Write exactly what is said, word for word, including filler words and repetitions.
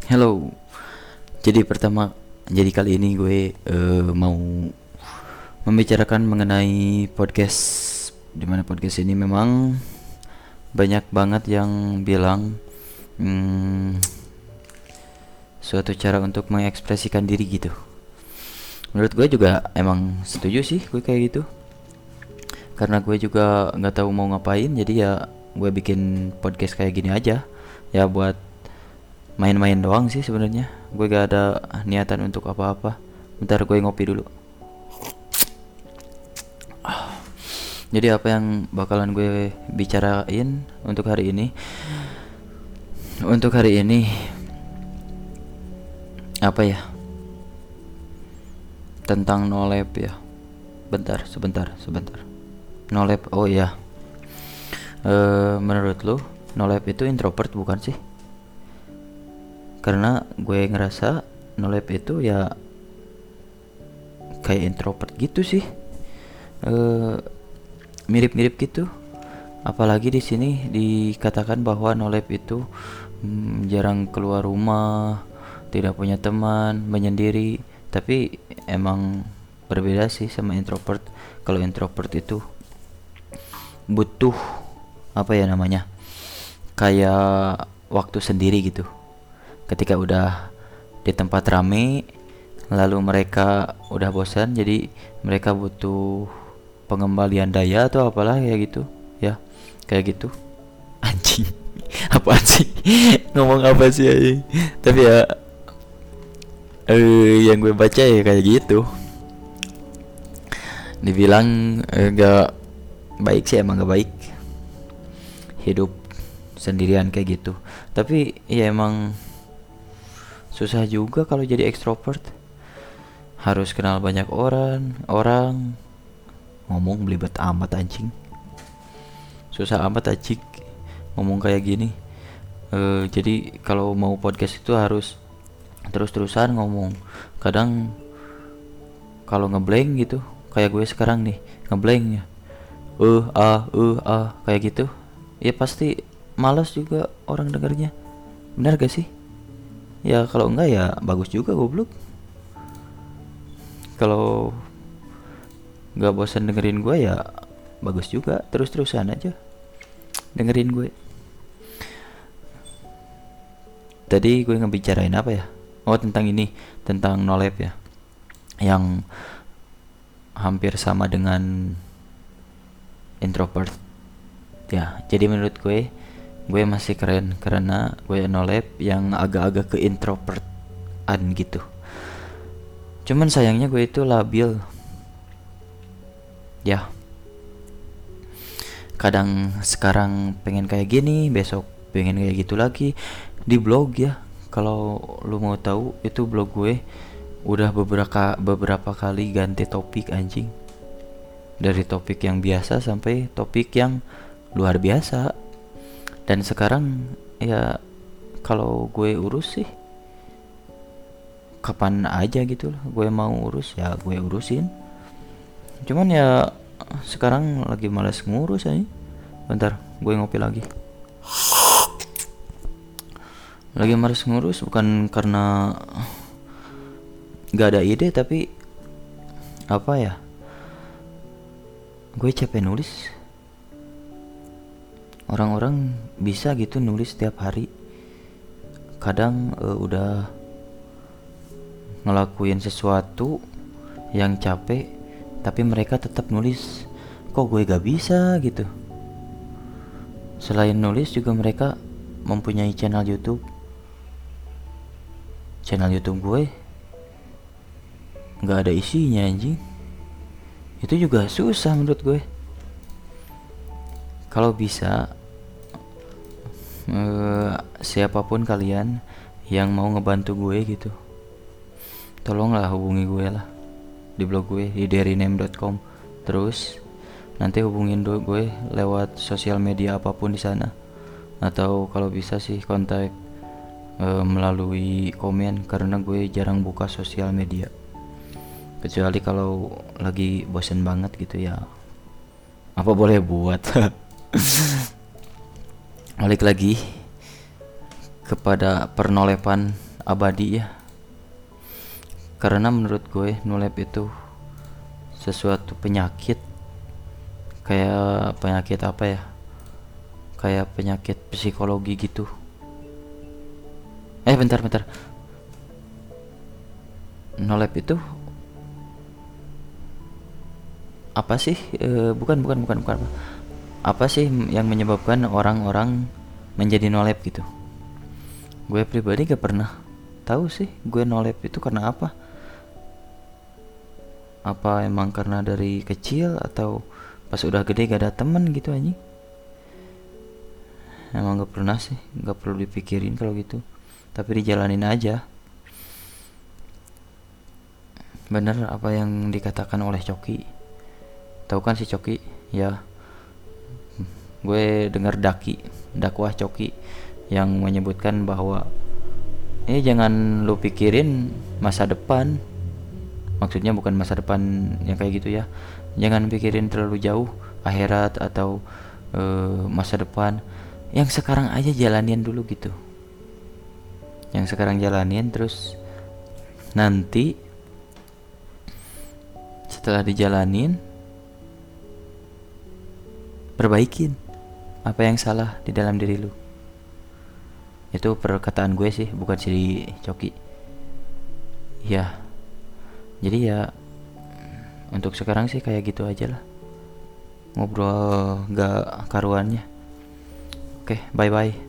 Hello. Jadi pertama, jadi kali ini gue eh, mau membicarakan mengenai podcast. Dimana podcast ini memang banyak banget yang bilang hmm, suatu cara untuk mengekspresikan diri gitu. Menurut gue juga emang setuju sih gue kayak gitu. Karena gue juga nggak tahu mau ngapain, jadi ya gue bikin podcast kayak gini aja. Ya buat main-main doang sih sebenarnya. Gue gak ada niatan untuk apa-apa. Bentar gue ngopi dulu. Jadi apa yang bakalan gue bicarain untuk hari ini? Untuk hari ini apa ya? Tentang no lab ya. Bentar, sebentar, sebentar. No lab. Oh iya. Eh menurut lu no lab itu introvert bukan sih? Karena gue ngerasa no lab itu ya kayak introvert gitu sih. Eh mirip-mirip gitu. Apalagi di sini dikatakan bahwa no lab itu hmm, jarang keluar rumah, tidak punya teman, menyendiri. Tapi emang berbeda sih sama introvert. Kalau introvert itu butuh apa ya namanya? Kayak waktu sendiri gitu. Ketika udah di tempat rame, lalu mereka udah bosan, jadi mereka butuh pengembalian daya atau apalah kayak gitu ya, kayak gitu. Anjing. Apaan sih? Ngomong apa sih anjing? Tapi ya eh yang gue baca ya kayak gitu. Dibilang eh, gak baik sih, emang gak baik hidup sendirian kayak gitu. Tapi ya emang susah juga kalau jadi ekstrovert. Harus kenal banyak orang, orang ngomong belibet amat anjing. Susah amat anjing ngomong kayak gini. Eh jadi kalau mau podcast itu harus terus-terusan ngomong. Kadang kalau ngeblank gitu, kayak gue sekarang nih, ngeblank ya. Eh ah eh ah kayak gitu. Ya pasti malas juga orang dengarnya. Benar gak sih? Ya kalau enggak ya bagus juga goblok. Kalau nggak bosan dengerin gue ya bagus juga, terus-terusan aja dengerin gue. Tadi gue ngebicarain apa ya? Oh tentang ini, tentang no lab ya, yang hampir sama dengan introvert ya. Jadi menurut gue gue masih keren karena gue no lab yang agak-agak ke introvertan gitu. Cuman sayangnya gue itu labil ya. Kadang sekarang pengen kayak gini, besok pengen kayak gitu lagi. Di blog ya, kalau lu mau tahu itu blog gue udah beberapa beberapa kali ganti topik anjing. Dari topik yang biasa sampai topik yang luar biasa. Dan sekarang ya kalau gue urus sih kapan aja gitu loh. Gue mau urus ya gue urusin. Cuman ya sekarang lagi malas ngurus aja. Bentar, gue ngopi lagi. Lagi malas ngurus bukan karena gak ada ide, tapi apa ya, gue capek nulis. Orang-orang bisa gitu nulis setiap hari. Kadang uh, udah ngelakuin sesuatu yang capek, tapi mereka tetap nulis. Kok gue gak bisa gitu. Selain nulis juga mereka mempunyai channel YouTube. Channel YouTube gue gak ada isinya anjing. Itu juga susah menurut gue. Kalau bisa eh, siapapun kalian yang mau ngebantu gue gitu, tolonglah hubungi gue lah di blog gue di derinem dot com. Terus nanti hubungin gue lewat sosial media apapun di sana, atau kalau bisa sih kontak e, melalui komen, karena gue jarang buka sosial media kecuali kalau lagi bosen banget gitu ya. Apa boleh buat. Balik lagi kepada pernolepan abadi ya. Karena menurut gue nolep itu sesuatu penyakit, kayak penyakit apa ya, kayak penyakit psikologi gitu. Eh bentar bentar, nolep itu apa sih? Eh, bukan bukan bukan bukan apa apa sih yang menyebabkan orang-orang menjadi nolep gitu? Gue pribadi gak pernah tahu sih gue nolep itu karena apa. Apa emang karena dari kecil atau pas udah gede gak ada temen gitu anjing? Emang gak pernah sih, gak perlu dipikirin kalau gitu, tapi dijalanin aja. Bener apa yang dikatakan oleh Coki. Tahu kan si Coki? Ya, gue dengar daki, dakwah Coki yang menyebutkan bahwa eh jangan lu pikirin masa depan. Maksudnya bukan masa depan yang kayak gitu ya. Jangan pikirin terlalu jauh akhirat atau eh, masa depan. Yang sekarang aja jalanin dulu gitu. Yang sekarang jalanin, terus nanti setelah dijalanin perbaikin apa yang salah di dalam diri lu. Itu perkataan gue sih, bukan si Coki. Ya, jadi ya untuk sekarang sih kayak gitu aja lah. Ngobrol gak karuannya. Oke, bye bye.